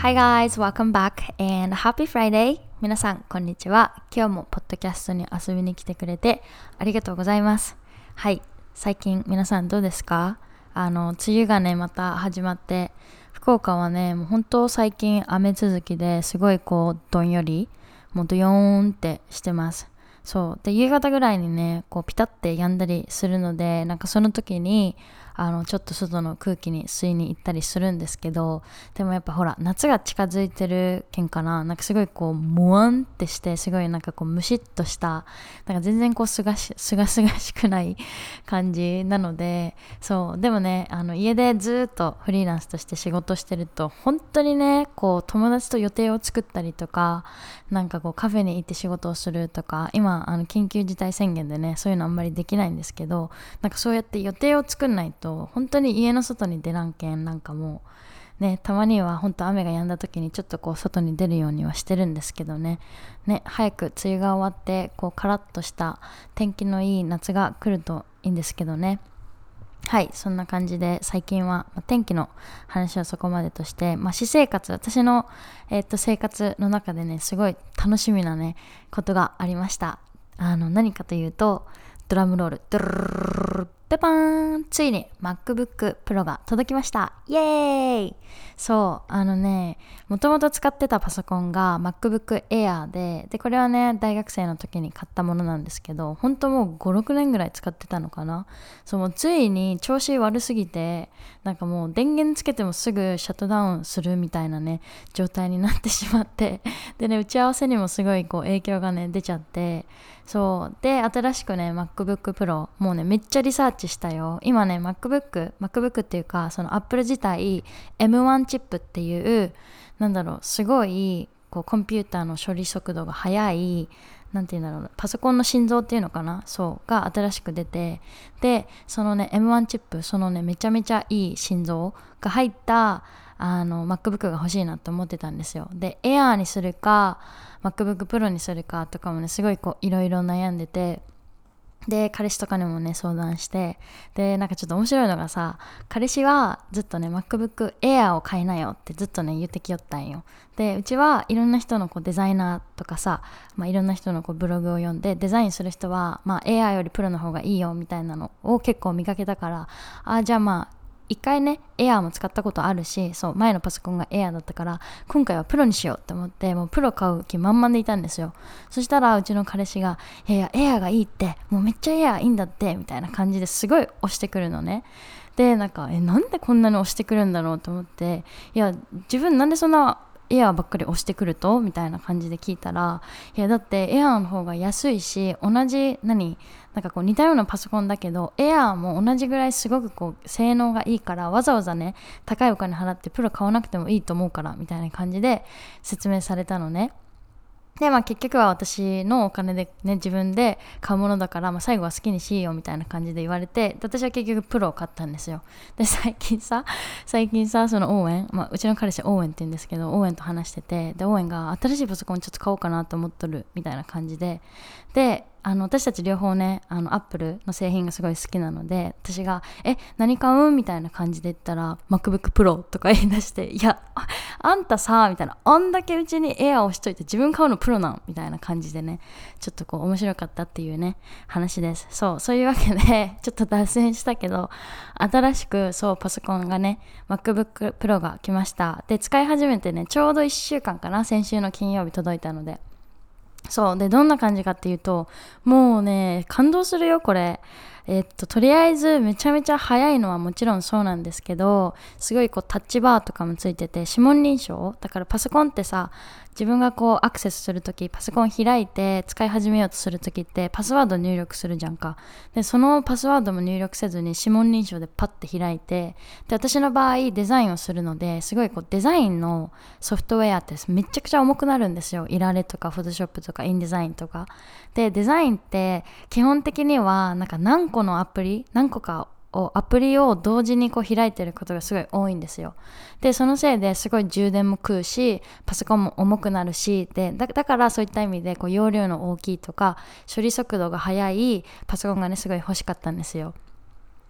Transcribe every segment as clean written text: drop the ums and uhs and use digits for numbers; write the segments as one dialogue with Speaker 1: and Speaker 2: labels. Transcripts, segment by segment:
Speaker 1: Hi guys, welcome back and happy Friday! 皆さん、こんにちは。今日もポッドキャストに遊びに来てくれてありがとうございます。はい、最近皆さんどうですか？梅雨がね、また始まって、福岡はね、もう本当最近雨続きですごいどんより、もうドヨーンってしてます。そう。で、夕方ぐらいにね、ピタって止んだりするので、なんかその時に、ちょっと外の空気に吸いに行ったりするんですけど、でもやっぱほら、夏が近づいてるけんかな、なんかすごいもわんってして、すごいなんかムシッとした、なんか全然すがすがしくない感じなので、そう。でもね、家でずっとフリーランスとして仕事してると、本当にね、友達と予定を作ったりとか、なんかカフェに行って仕事をするとか、今緊急事態宣言でね、そういうのあんまりできないんですけど、なんかそうやって予定を作んないと本当に家の外に出らんけん、なんかもうね、たまには本当雨が止んだ時にちょっと外に出るようにはしてるんですけどね、早く梅雨が終わってカラッとした天気のいい夏が来るといいんですけどね。はい、そんな感じで最近は、天気の話はそこまでとして、私生活、私の、生活の中でね、すごい楽しみなね、ことがありました。何かというと、ドラムロール、ドゥルルルルルルペパーン、ついに MacBook Pro が届きました。イエーイ。そう、もともと使ってたパソコンが MacBook Air で、これはね、大学生の時に買ったものなんですけど、本当もう5、6年ぐらい使ってたのかな。そう、もうついに調子悪すぎて、なんかもう電源つけてもすぐシャットダウンするみたいなね、状態になってしまって、でね、打ち合わせにもすごい影響がね、出ちゃって、そう。で、新しくね、MacBook Pro、もうね、めっちゃリサーチしたよ。今ね、MacBook っていうか、その Apple 自体、M1 チップっていう、すごい、コンピューターの処理速度が速い、なんていうんだろう、パソコンの心臓っていうのかな、そう、が新しく出て、で、そのね、M1 チップ、そのね、めちゃめちゃいい心臓が入った、MacBook が欲しいなと思ってたんですよ。で、Air にするか、MacBook Pro にするかとかもね、すごいいろいろ悩んでて、で、彼氏とかにもね、相談して、で、なんかちょっと面白いのがさ、彼氏はずっとね、MacBook Air を買いなよってずっとね、言ってきよったんよ。で、うちはいろんな人のデザイナーとかさ、いろんな人のブログを読んで、デザインする人は、Air よりプロの方がいいよみたいなのを結構見かけたから、じゃあ一回ね、エアーも使ったことあるし、そう、前のパソコンがエアーだったから、今回はプロにしようって思って、もうプロ買う気満々でいたんですよ。そしたら、うちの彼氏が、いやいや、エアーがいいって、もうめっちゃエアーいいんだって、みたいな感じですごい押してくるのね。で、なんか、なんでこんなに押してくるんだろうと思って、いや、自分なんでそんな、エアーばっかり押してくるとみたいな感じで聞いたら、いやだってエアーの方が安いし、同じなんか似たようなパソコンだけど、エアーも同じぐらいすごく性能がいいから、わざわざね、高いお金払ってプロ買わなくてもいいと思うからみたいな感じで説明されたのね。で、結局は私のお金でね、自分で買うものだから、最後は好きにしいよみたいな感じで言われて、私は結局プロを買ったんですよ。で、最近さ、そのオーエン、うちの彼氏オーエンって言うんですけど、オーエンと話してて、で、オーエンが新しいパソコンちょっと買おうかなと思っとるみたいな感じで、で、私たち両方ね、アップルの製品がすごい好きなので、私が、何買うみたいな感じで言ったら、MacBook Pro とか言い出して、いや、あんたさ、みたいな、あんだけうちにエアをしといて自分買うのプロなんみたいな感じでね、ちょっと面白かったっていうね、話です。そういうわけで、ちょっと脱線したけど、新しく、パソコンがね、MacBook Pro が来ました。で、使い始めてね、ちょうど1週間かな、先週の金曜日届いたので、で、どんな感じかっていうと、もうね、感動するよ、これ。とりあえず、めちゃめちゃ早いのはもちろんそうなんですけど、すごいタッチバーとかもついてて、指紋認証だからパソコンってさ、自分がアクセスするとき、パソコン開いて使い始めようとするときって、パスワード入力するじゃんか。で、そのパスワードも入力せずに指紋認証でパッて開いて、で、私の場合デザインをするので、すごいデザインのソフトウェアってめちゃくちゃ重くなるんですよ。イラレとかフォトショップとかインデザインとか。で、デザインって基本的にはなんか何個かアプリを同時に開いてることがすごい多いんですよ。で、そのせいですごい充電も食うし、パソコンも重くなるし、で、だからそういった意味で容量の大きいとか、処理速度が速いパソコンがね、すごい欲しかったんですよ。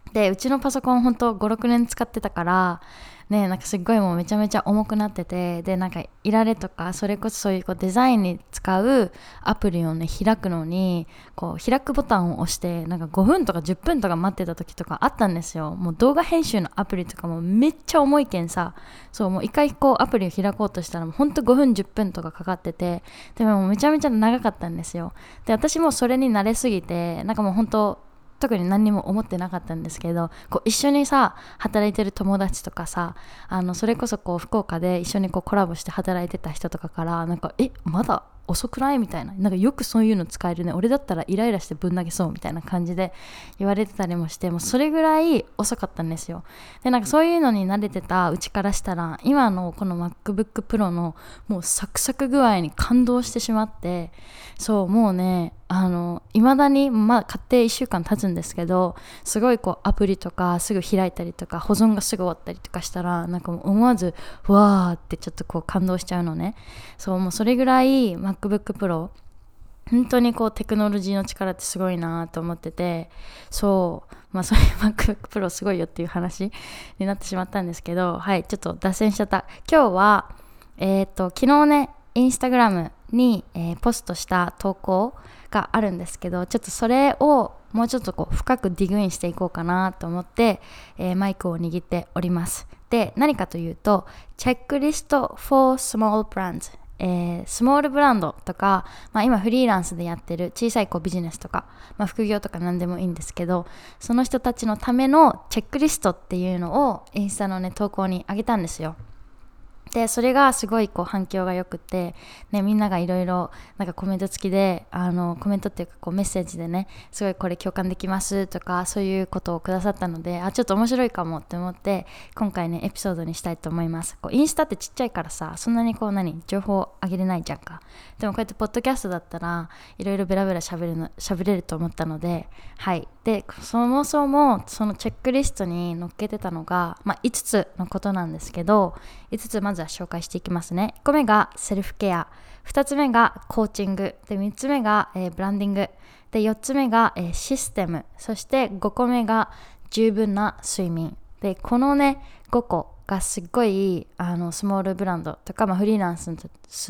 Speaker 1: でうちのパソコンほんと5、6年使ってたからね、なんかすっごいもうめちゃめちゃ重くなってて、でなんかいられとかそれこそそういうデザインに使うアプリをね開くのに開くボタンを押してなんか5分とか10分とか待ってた時とかあったんですよ。もう動画編集のアプリとかもめっちゃ重いけんさ、そうもう一回アプリを開こうとしたらもうほんと5分10分とかかかってて、でもめちゃめちゃ長かったんですよ。で私もそれに慣れすぎてなんかもうほんと特に何にも思ってなかったんですけど、一緒にさ働いてる友達とかさ、それこそ福岡で一緒にコラボして働いてた人とかからなんかまだ遅くないみたいな、なんかよくそういうの使えるね、俺だったらイライラしてぶん投げそうみたいな感じで言われてたりもして、もうそれぐらい遅かったんですよ。でなんかそういうのに慣れてたうちからしたら今のこの MacBook Pro のもうサクサク具合に感動してしまって、そうもうね未だに買って1週間経つんですけど、すごいアプリとかすぐ開いたりとか保存がすぐ終わったりとかしたらなんかもう思わずわーってちょっと感動しちゃうのね。そうもうそれぐらい MacBook Pro 本当にテクノロジーの力ってすごいなと思ってて、そういう MacBook Pro すごいよっていう話になってしまったんですけど、はいちょっと脱線しちゃった。今日は昨日ねインスタグラムに、ポストした投稿があるんですけど、ちょっとそれをもうちょっと深くディグインしていこうかなと思って、マイクを握っております。で何かというとチェックリスト for small brands、スモールブランドとか、今フリーランスでやってる小さいビジネスとか、副業とか何でもいいんですけど、その人たちのためのチェックリストっていうのをインスタのね投稿にあげたんですよ。でそれがすごい反響が良くて、ね、みんながいろいろなんかコメント付きでコメントっていうかメッセージでねすごいこれ共感できますとかそういうことをくださったので、ちょっと面白いかもって思って今回ねエピソードにしたいと思います。インスタってちっちゃいからさそんなに情報あげれないじゃんか。でもこうやってポッドキャストだったらいろいろベラベラ喋れると思ったので、はいでそもそもそのチェックリストに載っけてたのが、5つのことなんですけど、5つまずは紹介していきますね。1個目がセルフケア、2つ目がコーチングで、3つ目が、ブランディングで、4つ目が、システム、そして5個目が十分な睡眠で、このね5個がすっごいスモールブランドとか、フリーランス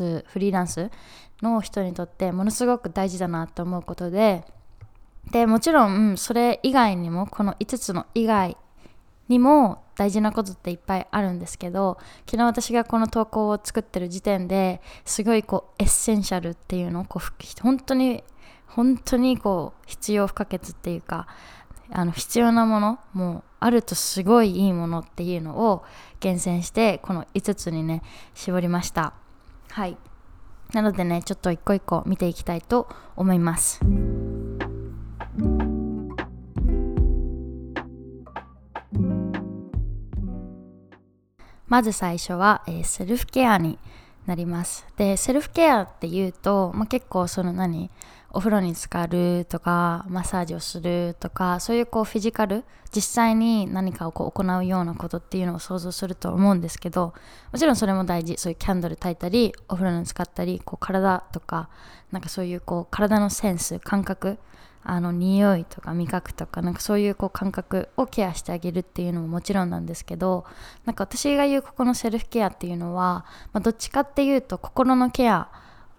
Speaker 1: の人にとってものすごく大事だなと思うことで、もちろん、それ以外にもこの5つの以外にも大事なことっていっぱいあるんですけど、昨日私がこの投稿を作ってる時点ですごいエッセンシャルっていうの本当に必要不可欠っていうか必要なものもうあるとすごいいいものっていうのを厳選してこの5つにね絞りました。はいなのでねちょっと一個一個見ていきたいと思います。まず最初は、セルフケアになります。でセルフケアっていうと、結構お風呂に浸かるとかマッサージをするとかそういうフィジカル実際に何かを行うようなことっていうのを想像すると思うんですけど、もちろんそれも大事。そういうキャンドル焚いたりお風呂に浸かったり体とかなんかそういう体のセンス感覚匂いとか味覚とかなんかそういう感覚をケアしてあげるっていうのももちろんなんですけど、なんか私が言うここのセルフケアっていうのは、どっちかっていうと心のケア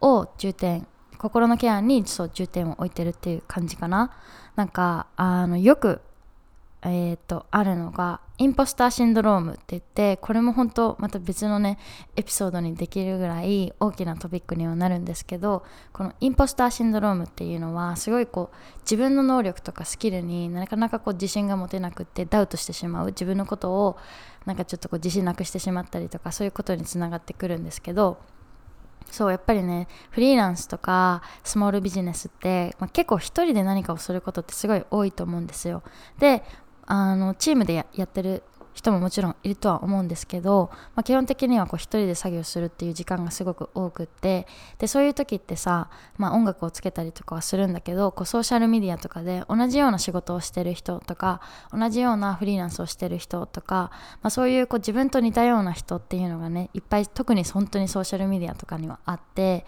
Speaker 1: に重点を置いてるっていう感じかな。なんかよくあるのがインポスターシンドロームって言って、これも本当また別のねエピソードにできるぐらい大きなトピックにはなるんですけど、このインポスターシンドロームっていうのはすごい自分の能力とかスキルになかなか自信が持てなくってダウトしてしまう、自分のことをなんかちょっと自信なくしてしまったりとかそういうことにつながってくるんですけど、そうやっぱりねフリーランスとかスモールビジネスって、結構一人で何かをすることってすごい多いと思うんですよ。でチームでやってる人ももちろんいるとは思うんですけど、基本的には一人で作業するっていう時間がすごく多くって、でそういう時ってさ、音楽をつけたりとかはするんだけどソーシャルメディアとかで同じような仕事をしてる人とか同じようなフリーランスをしてる人とか、そういう自分と似たような人っていうのがねいっぱい特に本当にソーシャルメディアとかにはあって、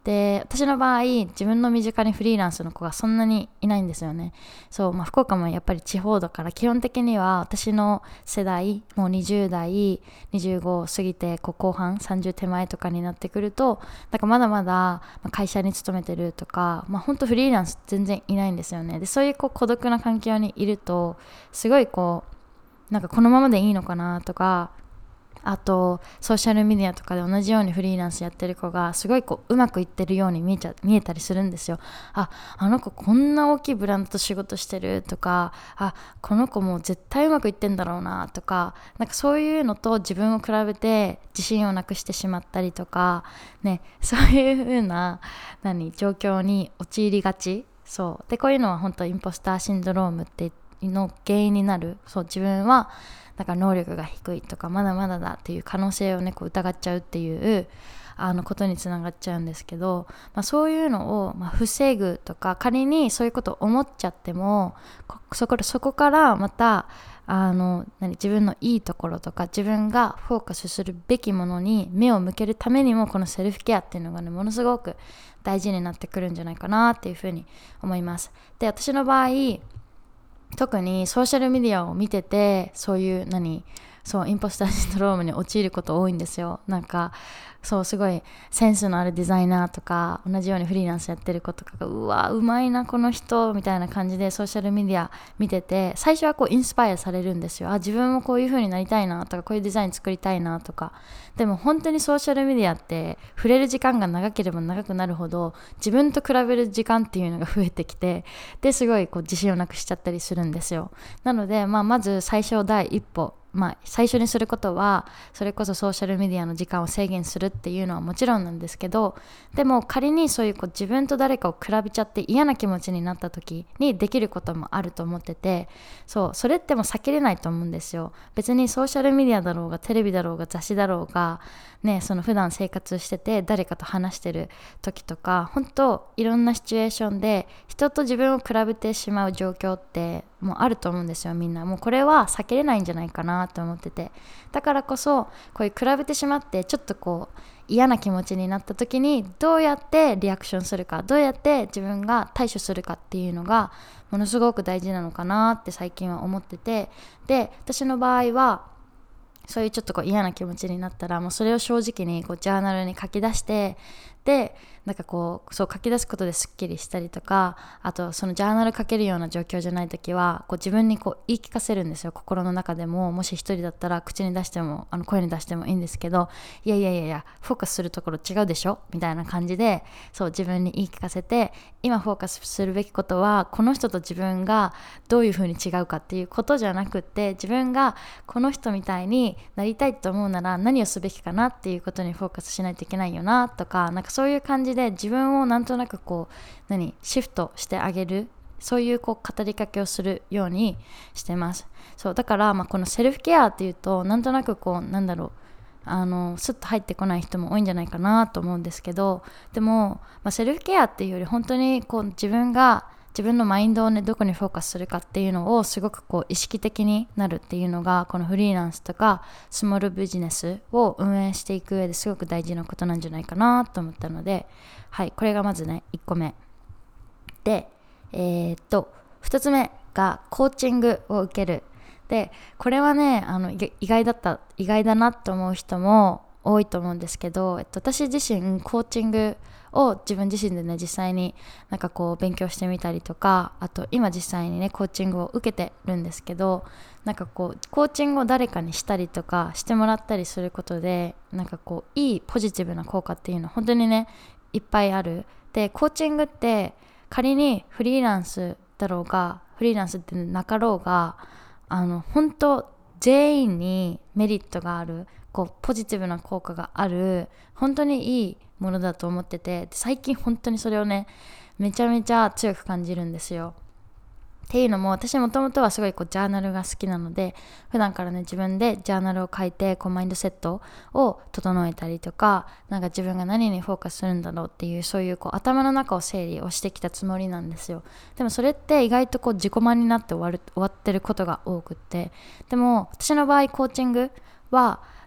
Speaker 1: で、私の場合自分の身近にフリーランスの子がそんなにいないんですよね。そう、福岡もやっぱり地方だから基本的には私の世代もう20代25過ぎて後半30手前とかになってくると、だからまだまだ会社に勤めてるとか、本当フリーランス全然いないんですよね。で、そういう孤独な環境にいるとすごいこのままでいいのかなとか、あとソーシャルメディアとかで同じようにフリーランスやってる子がすごいうまくいってるように見えたりするんですよ。あの子こんな大きいブランドと仕事してるとか、この子もう絶対うまくいってんだろうなとか、そういうのと自分を比べて自信をなくしてしまったりとかね、そういう風な状況に陥りがち。そうで、こういうのは本当インポスターシンドロームっての原因になる。そう、自分は能力が低いとかまだまだだっていう可能性をね疑っちゃうっていうことにつながっちゃうんですけど、そういうのを防ぐとか、仮にそういうことを思っちゃってもそこからまた自分のいいところとか自分がフォーカスするべきものに目を向けるためにも、このセルフケアっていうのがねものすごく大事になってくるんじゃないかなっていうふうに思います。で、私の場合特にソーシャルメディアを見ててそういうインポスターシンドロームに陥ること多いんですよ。すごいセンスのあるデザイナーとか同じようにフリーランスやってる子とかがうわうまいなこの人みたいな感じでソーシャルメディア見てて、最初はインスパイアされるんですよ。自分もこういう風になりたいなとかこういうデザイン作りたいなとか。でも本当にソーシャルメディアって触れる時間が長ければ長くなるほど自分と比べる時間っていうのが増えてきて、ですごい自信をなくしちゃったりするんですよ。なのでまず最初第一歩、最初にすることはそれこそソーシャルメディアの時間を制限するっていうのはもちろんなんですけど、でも仮にそういう自分と誰かを比べちゃって嫌な気持ちになった時にできることもあると思ってて、それってもう避けれないと思うんですよ。別にソーシャルメディアだろうがテレビだろうが雑誌だろうがね、普段生活してて誰かと話してる時とか、本当いろんなシチュエーションで人と自分を比べてしまう状況ってもうあると思うんですよ。みんなもうこれは避けれないんじゃないかなと思ってて、だからこそこういう比べてしまってちょっと嫌な気持ちになった時にどうやってリアクションするか、どうやって自分が対処するかっていうのがものすごく大事なのかなって最近は思ってて、で私の場合はそういうちょっと嫌な気持ちになったらもうそれを正直にジャーナルに書き出して、でそう書き出すことですっきりしたりとか、あとそのジャーナル書けるような状況じゃないときは自分に言い聞かせるんですよ。心の中でも、もし一人だったら口に出しても声に出してもいいんですけど、いやフォーカスするところ違うでしょみたいな感じで自分に言い聞かせて、今フォーカスするべきことはこの人と自分がどういう風に違うかっていうことじゃなくって、自分がこの人みたいになりたいと思うなら何をすべきかなっていうことにフォーカスしないといけないよなとか、そういう感じで自分をなんとなくシフトしてあげる、そういう語りかけをするようにしてます。そうだからこのセルフケアっていうとなんとなくスッと入ってこない人も多いんじゃないかなと思うんですけど、でも、セルフケアっていうより本当に自分のマインドをねどこにフォーカスするかっていうのをすごく意識的になるっていうのが、このフリーランスとかスモールビジネスを運営していく上ですごく大事なことなんじゃないかなと思ったので、これがまずね1個目で、2つ目がコーチングを受ける。でこれはね意外だなと思う人も多いと思うんですけど、私自身コーチングを自分自身でね実際に勉強してみたりとか、あと今実際にねコーチングを受けてるんですけど、コーチングを誰かにしたりとかしてもらったりすることでいいポジティブな効果っていうのは本当にねいっぱいある。でコーチングって仮にフリーランスだろうがフリーランスってなかろうが本当全員にメリットがあるポジティブな効果がある本当にいいものだと思ってて、最近本当にそれをねめちゃめちゃ強く感じるんですよ。っていうのも私もともとはすごいジャーナルが好きなので、普段からね自分でジャーナルを書いてマインドセットを整えたりとか、自分が何にフォーカスするんだろうっていうそういう頭の中を整理をしてきたつもりなんですよ。でもそれって意外と自己満になって終わってることが多くって、でも私の場合コーチングは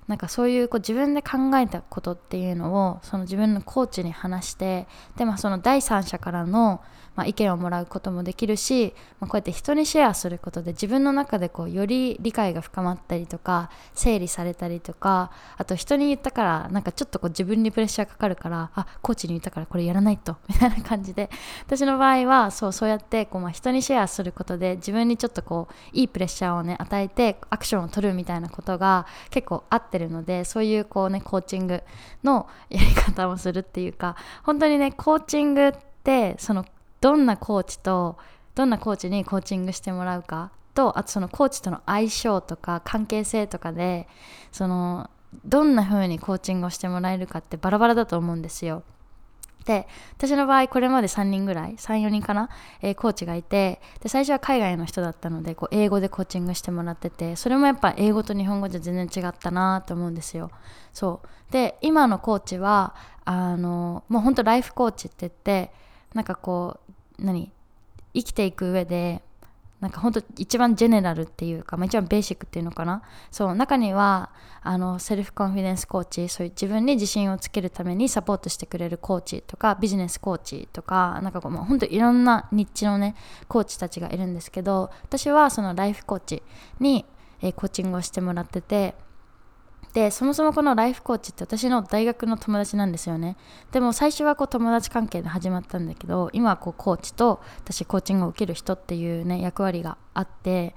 Speaker 1: なんかそういう自分で考えたことっていうのをその自分のコーチに話して、でその第三者からの意見をもらうこともできるし、こうやって人にシェアすることで自分の中でより理解が深まったりとか整理されたりとか、あと人に言ったからなんかちょっと自分にプレッシャーかかるから、コーチに言ったからこれやらないとみたいな感じで、私の場合はそうやって人にシェアすることで自分にちょっといいプレッシャーをね与えてアクションを取るみたいなことが結構合ってるので、そういうコーチングのやり方をするっていうか、本当にねコーチングってどんなコーチにコーチングしてもらうかと、あとそのコーチとの相性とか関係性とかでどんな風にコーチングをしてもらえるかってバラバラだと思うんですよ。で、私の場合これまで3人ぐらい3、4人かな、コーチがいて、で最初は海外の人だったので英語でコーチングしてもらってて、それもやっぱ英語と日本語じゃ全然違ったなと思うんですよ。そうで、今のコーチはもうほんとライフコーチって言って、なんか生きていく上でなんか本当一番ジェネラルっていうか、一番ベーシックっていうのかな。そう中にはセルフコンフィデンスコーチ、そういう自分に自信をつけるためにサポートしてくれるコーチとか、ビジネスコーチとか、なんか本当いろんなニッチのねコーチたちがいるんですけど、私はそのライフコーチに、コーチングをしてもらってて、でそもそもこのライフコーチって私の大学の友達なんですよね。でも最初は友達関係で始まったんだけど、今はコーチと私コーチングを受ける人っていうね役割があって、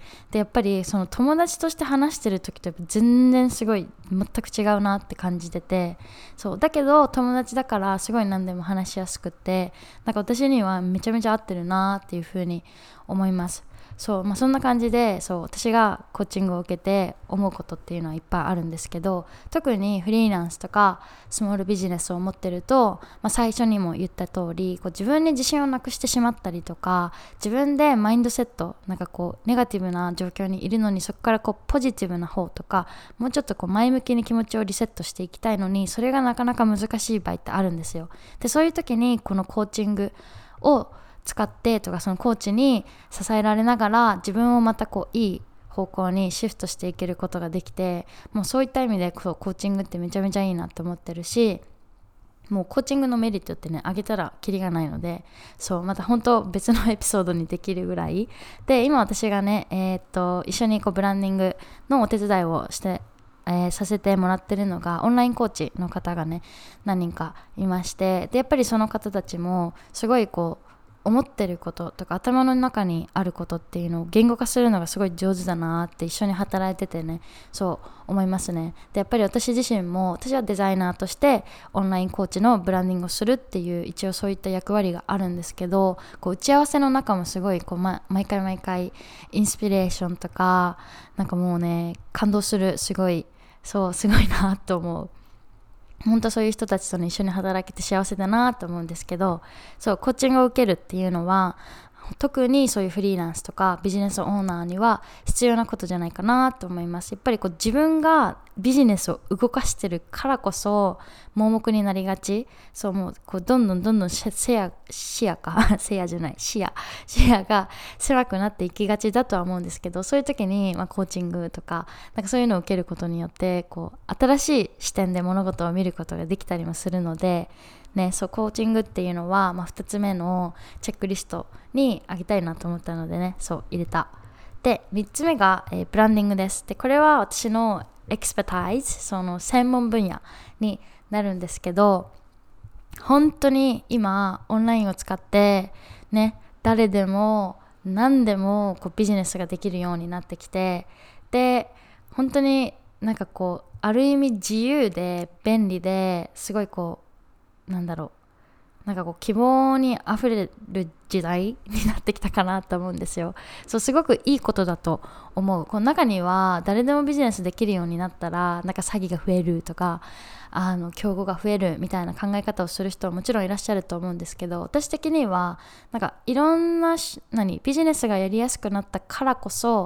Speaker 1: でやっぱりその友達として話してる時と全然すごい全く違うなって感じてて、そうだけど友達だからすごい何でも話しやすくって、なんか私にはめちゃめちゃ合ってるなっていう風に思います。そんな感じで、私がコーチングを受けて思うことっていうのはいっぱいあるんですけど、特にフリーランスとかスモールビジネスを持ってると、最初にも言った通り自分に自信をなくしてしまったりとか、自分でマインドセットなんかネガティブな状況にいるのに、そこからポジティブな方とか、もうちょっと前向きに気持ちをリセットしていきたいのに、それがなかなか難しい場合ってあるんですよ。でそういう時にこのコーチングを使ってとか、そのコーチに支えられながら自分をまたいい方向にシフトしていけることができて、もうそういった意味でコーチングってめちゃめちゃいいなと思ってるし、もうコーチングのメリットってねあげたらキリがないので、また本当別のエピソードにできるぐらいで、今私がね一緒にブランディングのお手伝いをしてさせてもらってるのがオンラインコーチの方がね何人かいまして、でやっぱりその方たちもすごい思ってることとか頭の中にあることっていうのを言語化するのがすごい上手だなって一緒に働いててね、そう思いますね。でやっぱり私自身も、私はデザイナーとしてオンラインコーチのブランディングをするっていう一応そういった役割があるんですけど、打ち合わせの中もすごい毎回インスピレーションとか、なんかもうね感動する、すごいなと思う。本当そういう人たちとね一緒に働けて幸せだなと思うんですけど、コーチングを受けるっていうのは特にそういうフリーランスとかビジネスオーナーには必要なことじゃないかなと思います。やっぱり自分がビジネスを動かしてるからこそ盲目になりがち、もうどんどん視野が狭くなっていきがちだとは思うんですけど、そういう時にコーチングとかなんかそういうのを受けることによって新しい視点で物事を見ることができたりもするのでね、コーチングっていうのは、2つ目のチェックリストにあげたいなと思ったのでね、入れた。で3つ目が、ブランディングです。でこれは私のエクスペタイズ、その専門分野になるんですけど、本当に今オンラインを使ってね誰でも何でもビジネスができるようになってきて、で本当になんかある意味自由で便利ですごいなんか希望にあふれる時代になってきたかなと思うんですよ。すごくいいことだと思う。この中には誰でもビジネスできるようになったらなんか詐欺が増えるとか競合が増えるみたいな考え方をする人はもちろんいらっしゃると思うんですけど、私的にはなんかいろんなビジネスがやりやすくなったからこそ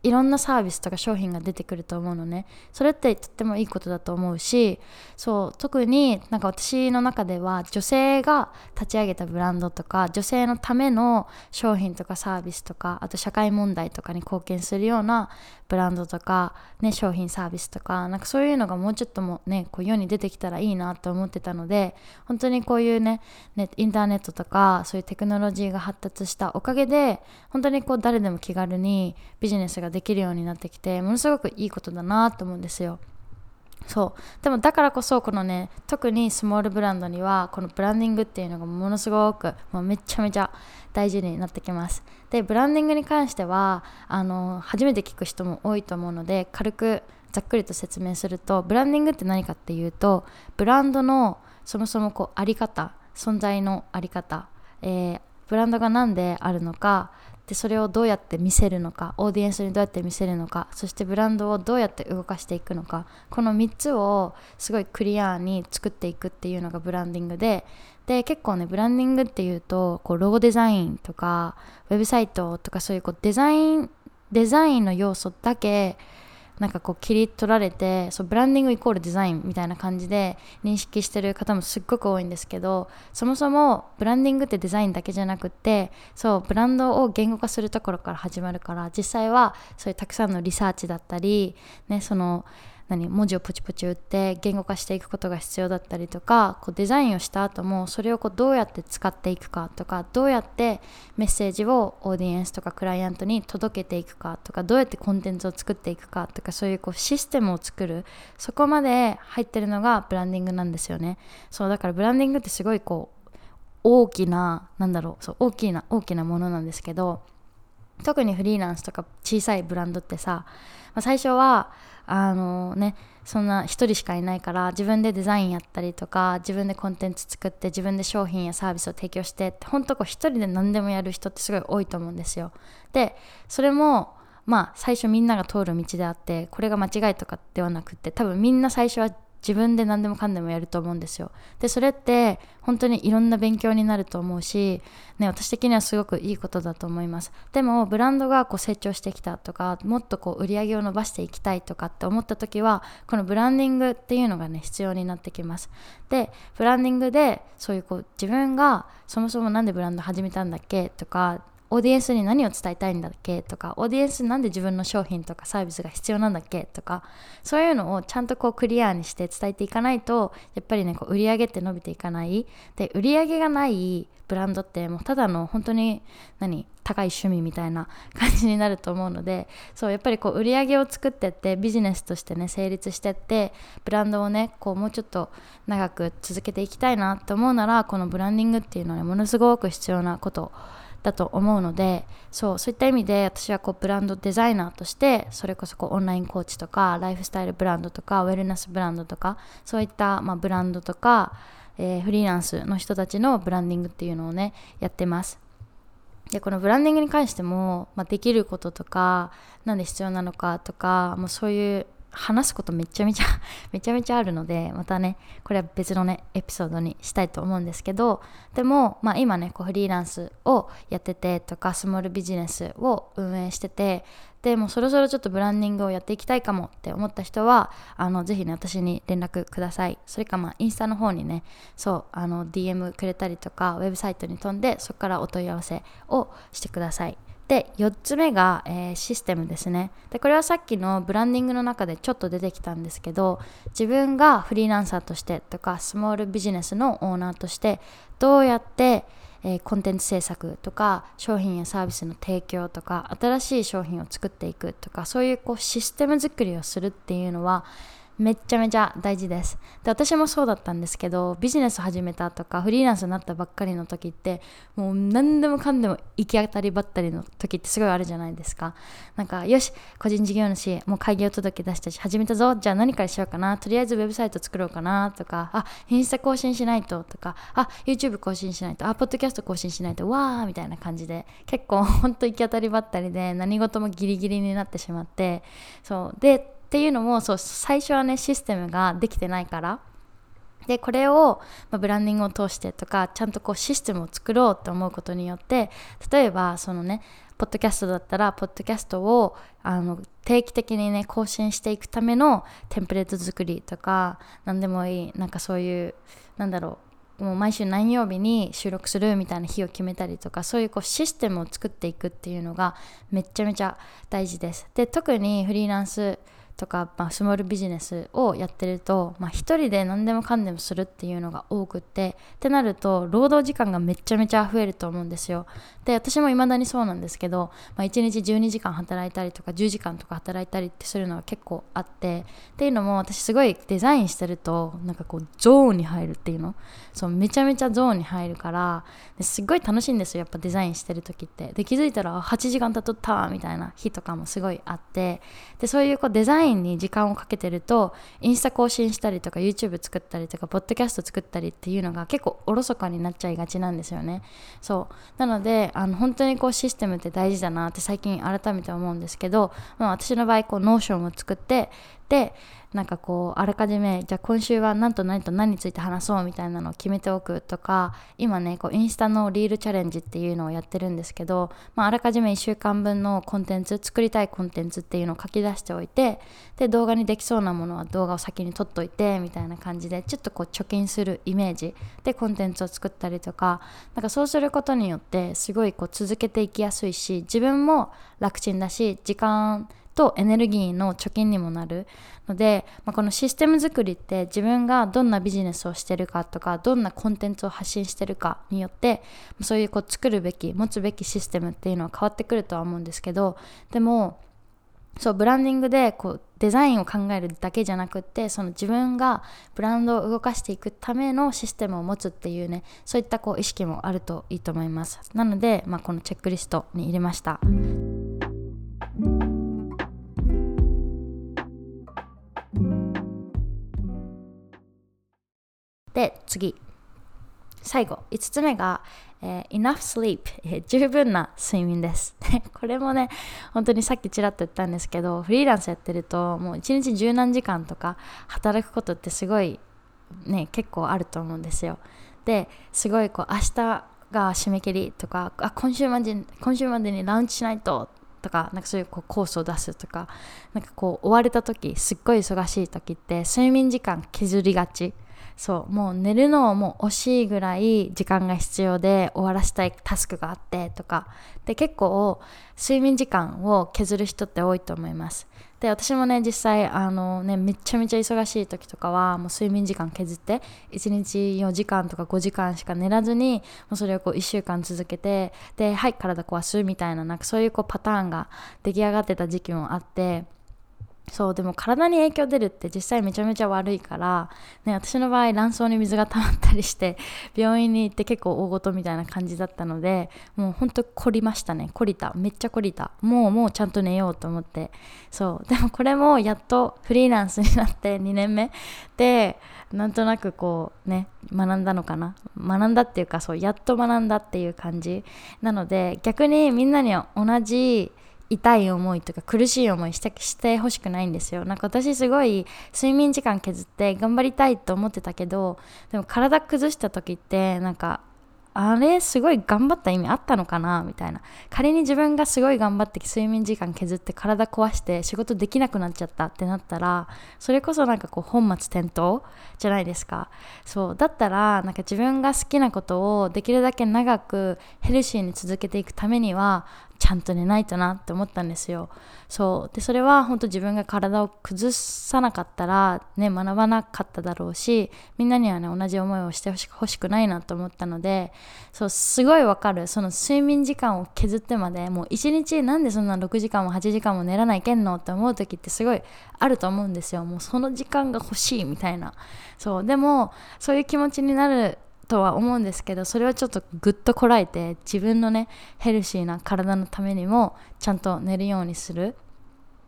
Speaker 1: いろんなサービスとか商品が出てくると思うのね。それってとってもいいことだと思うし、そう特になんか私の中では女性が立ち上げたブランドとか女性のための商品とかサービスとか、あと社会問題とかに貢献するようなブランドとか、ね、商品サービスとか、なんかそういうのがもうちょっともねこう世に出てきたらいいなと思ってたので、本当にこういうねインターネットとかそういうテクノロジーが発達したおかげで、本当にこう誰でも気軽にビジネスができるようになってきて、ものすごくいいことだなと思うんですよ。そうでもだからこそこのね、特にスモールブランドにはこのブランディングっていうのがものすごくもうめちゃめちゃ大事になってきます。でブランディングに関しては初めて聞く人も多いと思うので、軽くざっくりと説明すると、ブランディングって何かっていうと、ブランドのそもそもこうあり方、存在のあり方、ブランドが何であるのか、でそれをどうやって見せるのか、オーディエンスにどうやって見せるのか、そしてブランドをどうやって動かしていくのか、この3つをすごいクリアに作っていくっていうのがブランディングで、結構ねブランディングっていうとこうロゴデザインとかウェブサイトとか、そういうこうデザインの要素だけなんかこう切り取られて、そうブランディングイコールデザインみたいな感じで認識してる方もすっごく多いんですけど、そもそもブランディングってデザインだけじゃなくって、そうブランドを言語化するところから始まるから、実際はそういうたくさんのリサーチだったり、ね、その文字をポチポチ打って言語化していくことが必要だったりとか、こうデザインをした後もそれをこうどうやって使っていくかとか、どうやってメッセージをオーディエンスとかクライアントに届けていくかとか、どうやってコンテンツを作っていくかとか、そういうこうシステムを作る、そこまで入ってるのがブランディングなんですよね。そうだからブランディングってすごいこう大きな大きなものなんですけど、特にフリーランスとか小さいブランドってさ、最初はそんな一人しかいないから、自分でデザインやったりとか、自分でコンテンツ作って、自分で商品やサービスを提供してって、本当こう一人で何でもやる人ってすごい多いと思うんですよ。でそれも最初みんなが通る道であって、これが間違いとかではなくって、多分みんな最初は自分で何でもかんでもやると思うんですよ。でそれって本当にいろんな勉強になると思うし、私的にはすごくいいことだと思います。でもブランドがこう成長してきたとか、もっとこう売り上げを伸ばしていきたいとかって思った時は、このブランディングっていうのがね必要になってきます。でブランディングでそういうこう自分がそもそもなんでブランド始めたんだっけとか、オーディエンスに何を伝えたいんだっけとか、オーディエンスなんで自分の商品とかサービスが必要なんだっけとか、そういうのをちゃんとこうクリアにして伝えていかないと、やっぱりねこう売り上げって伸びていかない。で売り上げがないブランドってもうただの本当に高い趣味みたいな感じになると思うので、そうやっぱりこう売り上げを作ってってビジネスとしてね成立してって、ブランドをねこうもうちょっと長く続けていきたいなと思うなら、このブランディングっていうのはねものすごく必要なことだと思うので、そういった意味で私はこうブランドデザイナーとして、それこそこうオンラインコーチとかライフスタイルブランドとかウェルネスブランドとか、そういったブランドとか、フリーランスの人たちのブランディングっていうのをねやってます。でこのブランディングに関しても、できることとかなんで必要なのかとか、もうそういう話すことめちゃめちゃあるので、またねこれは別のねエピソードにしたいと思うんですけど、でも今ねこうフリーランスをやっててとか、スモールビジネスを運営してて、でもうそろそろちょっとブランディングをやっていきたいかもって思った人はぜひね私に連絡ください。それかインスタの方にねDM くれたりとか、ウェブサイトに飛んでそこからお問い合わせをしてください。で4つ目が、システムですね。でこれはさっきのブランディングの中でちょっと出てきたんですけど、自分がフリーランサーとしてとかスモールビジネスのオーナーとしてどうやって、コンテンツ制作とか商品やサービスの提供とか新しい商品を作っていくとか、そういうこうシステム作りをするっていうのはめちゃめちゃ大事です。で私もそうだったんですけど、ビジネス始めたとかフリーランスになったばっかりの時って、もう何でもかんでも行き当たりばったりの時ってすごいあるじゃないですか。よし個人事業主もう開業届出したし始めたぞ、じゃあ何からしようかな、とりあえずウェブサイト作ろうかなとか、インスタ更新しないととか、YouTube 更新しないと、ポッドキャスト更新しないと、わーみたいな感じで、結構ほんと行き当たりばったりで何事もギリギリになってしまって、そうでっていうのも最初はねシステムができてないからでこれを、ブランディングを通してとかちゃんとこうシステムを作ろうと思うことによって、例えばそのねポッドキャストだったらポッドキャストを定期的にね更新していくためのテンプレート作りとか、何でもいい、なんかそういうもう毎週何曜日に収録するみたいな日を決めたりとか、そういうこうシステムを作っていくっていうのがめちゃめちゃ大事です。で特にフリーランスとか、スモールビジネスをやってると、一人で何でもかんでもするっていうのが多くってなると労働時間がめちゃめちゃ増えると思うんですよ。で私も未だにそうなんですけど、1日12時間働いたりとか10時間とか働いたりってするのは結構あって、っていうのも私すごいデザインしてるとなんかこうゾーンに入るっていうの、そうめちゃめちゃゾーンに入るからすごい楽しいんですよ、やっぱデザインしてる時って。で気づいたら8時間経っとったみたいな日とかもすごいあって、でそういうこうデザインに時間をかけてるとインスタ更新したりとか YouTube 作ったりとかポッドキャスト作ったりっていうのが結構おろそかになっちゃいがちなんですよね。そうなので本当にこうシステムって大事だなって最近改めて思うんですけど、私の場合こうノーションを作って、でなんかこうあらかじめじゃあ今週は何と何と何について話そうみたいなのを決めておくとか、今ねこうインスタのリールチャレンジっていうのをやってるんですけど、あらかじめ1週間分のコンテンツ、作りたいコンテンツっていうのを書き出しておいて、で動画にできそうなものは動画を先に撮っといてみたいな感じで、ちょっとこう貯金するイメージでコンテンツを作ったりとか、なんかそうすることによってすごいこう続けていきやすいし、自分も楽ちんだし時間とエネルギーの貯金にもなるので、このシステム作りって自分がどんなビジネスをしてるかとかどんなコンテンツを発信してるかによってそういうこう作るべき持つべきシステムっていうのは変わってくるとは思うんですけど、でもそうブランディングでこうデザインを考えるだけじゃなくって、その自分がブランドを動かしていくためのシステムを持つっていうね、そういったこう意識もあるといいと思います。なので、このチェックリストに入れました。で次最後5つ目が、enough sleep、十分な睡眠ですこれもね本当にさっきちらっと言ったんですけど、フリーランスやってるともう1日十何時間とか働くことってすごいね結構あると思うんですよ。ですごいこう明日が締め切りとか、今週までにラウンチしないととか、なんかそういうこうコースを出すとか、なんかこう追われた時、すっごい忙しい時って睡眠時間削りがち。そうもう寝るのをもう惜しいぐらい時間が必要で終わらせたいタスクがあってとかで、結構睡眠時間を削る人って多いと思います。で私もね実際めちゃめちゃ忙しい時とかはもう睡眠時間削って1日4時間とか5時間しか寝らずに、もうそれをこう1週間続けて、ではい体壊すみたいな、なんかそういうこうパターンが出来上がってた時期もあって、そうでも体に影響出るって実際めちゃめちゃ悪いから、ね、私の場合卵巣に水が溜まったりして病院に行って結構大事みたいな感じだったので、もうほんと凝りましたね。めっちゃ凝りた。もうちゃんと寝ようと思って。そうでもこれもやっとフリーランスになって2年目でなんとなくこうね学んだのかな、学んだっていうか、そうやっと学んだっていう感じなので、逆にみんなには同じ痛い思いとか苦しい思いしてほしくないんですよ。なんか私すごい睡眠時間削って頑張りたいと思ってたけど、でも体崩した時ってなんかあれすごい頑張った意味あったのかなみたいな。仮に自分がすごい頑張って睡眠時間削って体壊して仕事できなくなっちゃったってなったら、それこそなんかこう本末転倒じゃないですか。そうだったらなんか自分が好きなことをできるだけ長くヘルシーに続けていくためにはちゃんと寝ないとなって思ったんですよ。そうでそれは本当自分が体を崩さなかったらね学ばなかっただろうし、みんなにはね同じ思いをしてほしくないなと思ったので、そうすごいわかる。その睡眠時間を削ってまでもう1日なんでそんな6時間も8時間も寝らないけんのって思う時ってすごいあると思うんですよ。もうその時間が欲しいみたいな。そうでもそういう気持ちになるとは思うんですけど、それをちょっとぐっとこらえて自分のねヘルシーな体のためにもちゃんと寝るようにする。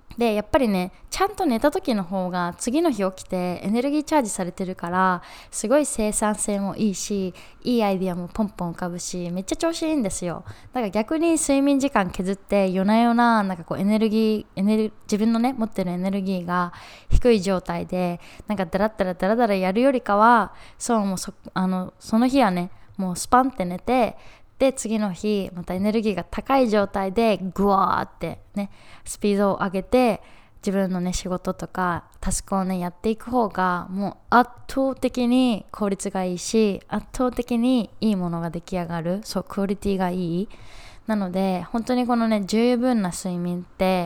Speaker 1: でやっぱりね、ちゃんと寝た時の方が次の日起きてエネルギーチャージされてるから、すごい生産性もいいし、いいアイディアもポンポン浮かぶし、めっちゃ調子いいんですよ。だから逆に睡眠時間削って夜な夜ななんかこう自分のね持ってるエネルギーが低い状態でなんかダラダラやるよりかは、もうその日はねもうスパンって寝て、で次の日またエネルギーが高い状態でグワーってねスピードを上げて自分のね仕事とかタスクをねやっていく方がもう圧倒的に効率がいいし、圧倒的にいいものが出来上がる。そう、クオリティがいい。なので本当にこのね十分な睡眠って、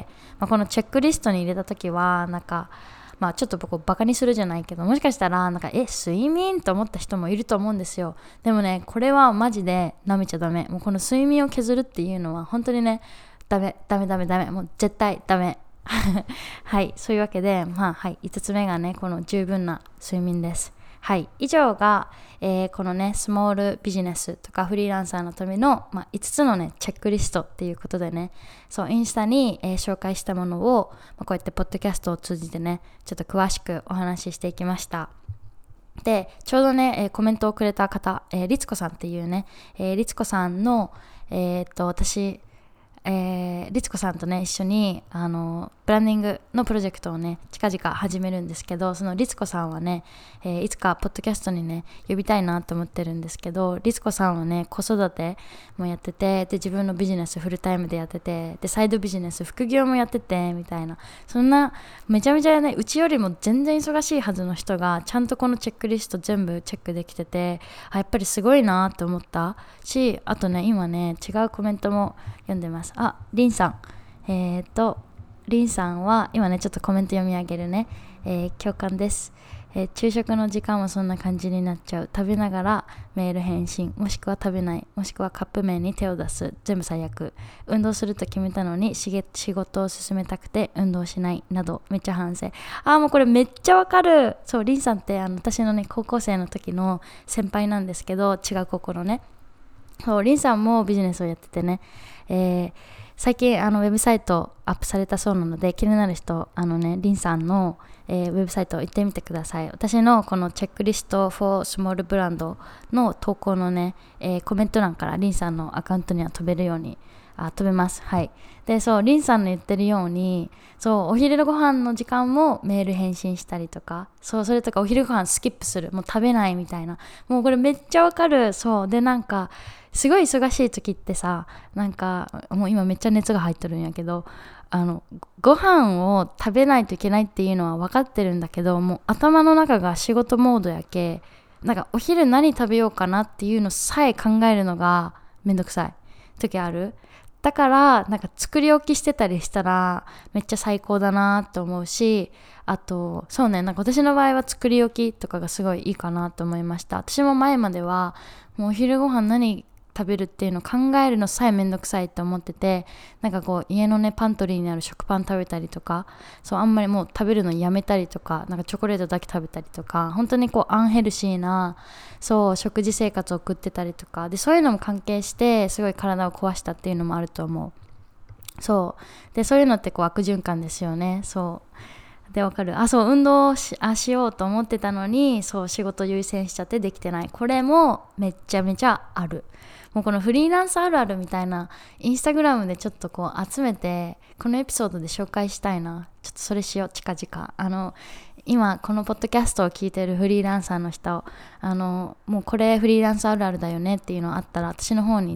Speaker 1: このチェックリストに入れた時はなんかちょっと僕バカにするじゃないけど、もしかしたらなんか睡眠と思った人もいると思うんですよ。でもね、これはマジで舐めちゃダメ。もうこの睡眠を削るっていうのは本当にね、ダメ、もう絶対ダメ。はい、そういうわけで、5つ目がねこの十分な睡眠です。はい、以上が、このねスモールビジネスとかフリーランサーのための、5つのねチェックリストっていうことでね、そうインスタに、紹介したものを、こうやってポッドキャストを通じてねちょっと詳しくお話ししていきました。でちょうどね、コメントをくれた方、リツコさんっていうね、リツコさんの私リツコさんとね一緒にブランディングのプロジェクトをね近々始めるんですけど、そのリツコさんはね、いつかポッドキャストにね呼びたいなと思ってるんですけど、リツコさんはね子育てもやってて、で自分のビジネスフルタイムでやってて、でサイドビジネス副業もやっててみたいな、そんなめちゃめちゃねうちよりも全然忙しいはずの人がちゃんとこのチェックリスト全部チェックできてて、やっぱりすごいなと思ったし、あとね今ね違うコメントも読んでます。リンさん。リンさんは、今ね、ちょっとコメント読み上げるね。共感です。昼食の時間もそんな感じになっちゃう。食べながらメール返信、もしくは食べない、もしくはカップ麺に手を出す。全部最悪。運動すると決めたのに仕事を進めたくて運動しないなど、めっちゃ反省。もうこれめっちゃわかる。そう、リンさんって私のね、高校生の時の先輩なんですけど、違う高校のね。そう、リンさんもビジネスをやっててね、最近ウェブサイトアップされたそうなので、気になる人リンさんの、ウェブサイト行ってみてください。私のこのチェックリスト for small brand の投稿のね、コメント欄からリンさんのアカウントには飛べるように飛べます。はい。で、そう、リンさんの言ってるように、そう、お昼ご飯の時間もメール返信したりとか、そう、それとかお昼ご飯スキップする、もう食べないみたいな。もうこれめっちゃわかる。そう。で、なんか、すごい忙しい時ってさ、なんか、もう今めっちゃ熱が入ってるんやけど、ご飯を食べないといけないっていうのは分かってるんだけど、もう頭の中が仕事モードやけ、なんかお昼何食べようかなっていうのさえ考えるのがめんどくさい時ある。だからなんか作り置きしてたりしたらめっちゃ最高だなと思うし、あとそうね、なんか私の場合は作り置きとかがすごいいいかなと思いました。私も前まではもうお昼ご飯何食べるっていうのを考えるのさえめんどくさいと思ってて、なんかこう家のねパントリーにある食パン食べたりとか、そうあんまりもう食べるのやめたりとか、なんかチョコレートだけ食べたりとか、本当にこうアンヘルシーなそう食事生活を送ってたりとかで、そういうのも関係してすごい体を壊したっていうのもあると思う。そうで、そういうのってこう悪循環ですよね。そうで、わかる。そう運動しようと思ってたのに、そう仕事優先しちゃってできてない。これもめっちゃめちゃある。もうこのフリーランスあるあるみたいなインスタグラムでちょっとこう集めてこのエピソードで紹介したいな。ちょっとそれしよう、近々。今このポッドキャストを聞いてるフリーランサーの人、もうこれフリーランスあるあるだよねっていうのあったら私の方に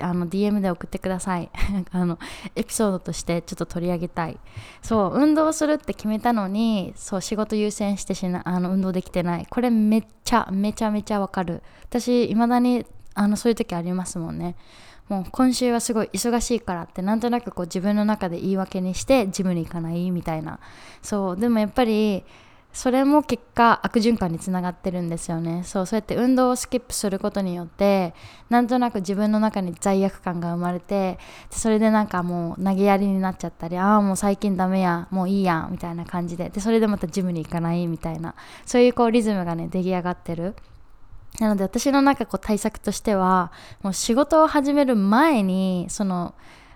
Speaker 1: DM で送ってください。エピソードとしてちょっと取り上げたい。そう運動するって決めたのに、そう仕事優先して運動できてない。これめちゃめちゃわかる。私未だにそういう時ありますもんね。もう今週はすごい忙しいからってなんとなくこう自分の中で言い訳にしてジムに行かないみたいな。そうでもやっぱりそれも結果悪循環につながってるんですよね。そうやって運動をスキップすることによってなんとなく自分の中に罪悪感が生まれて、それでなんかもう投げやりになっちゃったり、もう最近ダメや、もういいやみたいな感じで、それでまたジムに行かないみたいな、そういうこうリズムがね出来上がってる。なので私のなんかこう対策としては、もう仕事を始める前に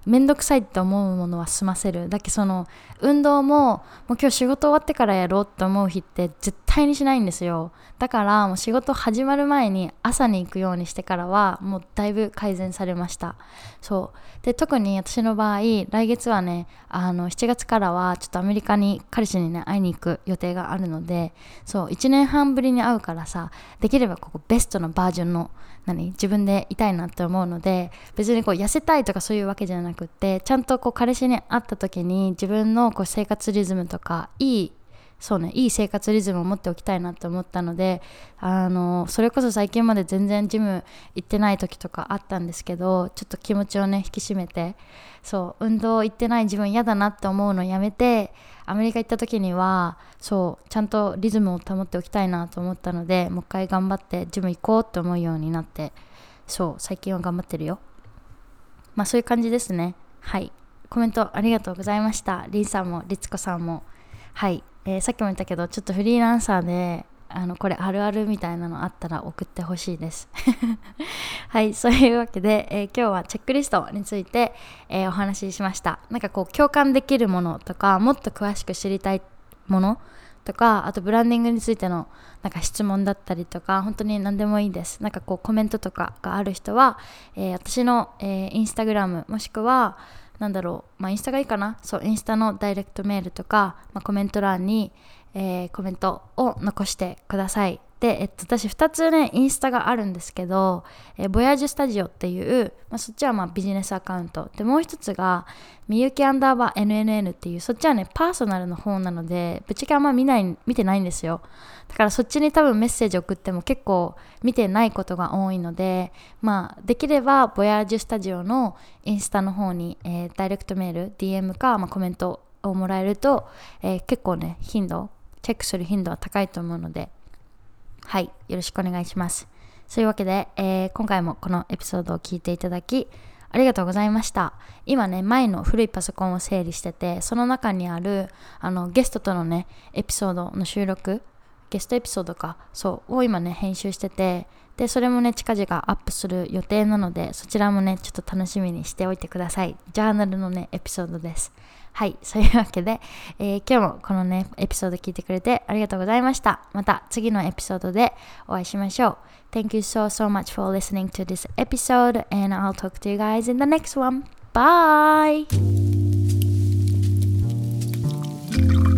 Speaker 1: めんどくさいって思うものは済ませる。だけどその運動もう今日仕事終わってからやろうって思う日って絶対にしないんですよ。だからもう仕事始まる前に朝に行くようにしてからはもうだいぶ改善されました。そうで、特に私の場合来月はね7月からはちょっとアメリカに彼氏にね会いに行く予定があるので、そう1年半ぶりに会うからさ、できればここベストのバージョンの自分でいたいなって思うので、別にこう痩せたいとかそういうわけじゃなくって、ちゃんとこう彼氏に会った時に自分のこう生活リズムとかいい生活リズムを持っておきたいなって思ったので、それこそ最近まで全然ジム行ってない時とかあったんですけど、ちょっと気持ちをね引き締めて、運動行ってない自分嫌だなって思うのやめて、アメリカ行った時にはちゃんとリズムを保っておきたいなと思ったので、もう一回頑張ってジム行こうって思うようになって、最近は頑張ってるよ。まあそういう感じですね。はい、コメントありがとうございました。リンさんもリツコさんも。はい、さっきも言ったけど、ちょっとフリーランサーでこれあるあるみたいなのあったら送ってほしいですはい、そういうわけで、今日はチェックリストについて、お話ししました。なんかこう共感できるものとか、もっと詳しく知りたいものとか、あとブランディングについてのなんか質問だったりとか、本当に何でもいいです。なんかこうコメントとかがある人は、私の、インスタグラムもしくはインスタがいいかな。インスタのダイレクトメールとか、コメント欄に、コメントを残してください。で、私2つねインスタがあるんですけど、ボヤージュスタジオっていう、そっちはビジネスアカウントで、もう一つがみゆき_NNN っていう、そっちはねパーソナルの方なので、ぶっちゃけあんま見てないんですよ。だからそっちに多分メッセージ送っても結構見てないことが多いので、できればボヤージュスタジオのインスタの方に、ダイレクトメール DM か、コメントをもらえると、結構ねチェックする頻度は高いと思うので、はい、よろしくお願いします。そういうわけで、今回もこのエピソードを聞いていただきありがとうございました。今ね前の古いパソコンを整理してて、その中にあるゲストとのねエピソードの収録、ゲストエピソードを今ね編集してて、でそれもね近々アップする予定なので、そちらもねちょっと楽しみにしておいてください。ジャーナルのねエピソードです。はい、そういうわけで、今日もこのねエピソード聞いてくれてありがとうございました。また次のエピソードでお会いしましょう。Thank you so much for listening to this episode, and I'll talk to you guys in the next one. Bye!